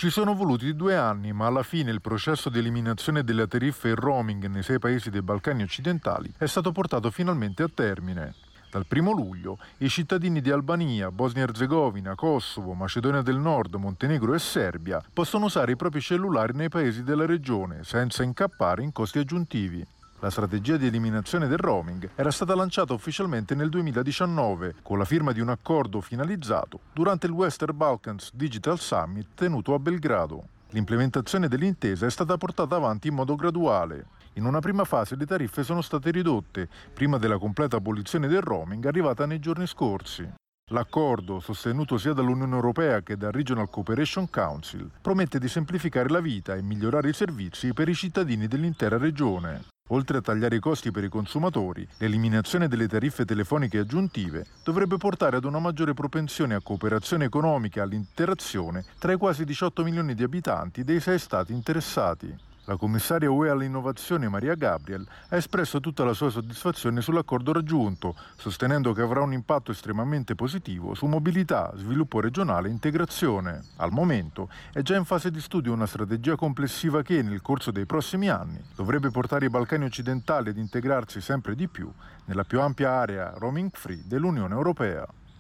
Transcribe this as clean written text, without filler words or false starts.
Ci sono voluti 2 anni, ma alla fine il processo di eliminazione delle tariffe e roaming nei 6 paesi dei Balcani occidentali è stato portato finalmente a termine. Dal 1° luglio i cittadini di Albania, Bosnia-Herzegovina, Kosovo, Macedonia del Nord, Montenegro e Serbia possono usare i propri cellulari nei paesi della regione senza incappare in costi aggiuntivi. La strategia di eliminazione del roaming era stata lanciata ufficialmente nel 2019 con la firma di un accordo finalizzato durante il Western Balkans Digital Summit tenuto a Belgrado. L'implementazione dell'intesa è stata portata avanti in modo graduale. In una prima fase le tariffe sono state ridotte, prima della completa abolizione del roaming arrivata nei giorni scorsi. L'accordo, sostenuto sia dall'Unione Europea che dal Regional Cooperation Council, promette di semplificare la vita e migliorare i servizi per i cittadini dell'intera regione. Oltre a tagliare i costi per i consumatori, l'eliminazione delle tariffe telefoniche aggiuntive dovrebbe portare ad una maggiore propensione a cooperazione economica e all'interazione tra i quasi 18 milioni di abitanti dei 6 stati interessati. La commissaria UE all'innovazione Maria Gabriel ha espresso tutta la sua soddisfazione sull'accordo raggiunto, sostenendo che avrà un impatto estremamente positivo su mobilità, sviluppo regionale e integrazione. Al momento è già in fase di studio una strategia complessiva che, nel corso dei prossimi anni, dovrebbe portare i Balcani occidentali ad integrarsi sempre di più nella più ampia area roaming free dell'Unione Europea.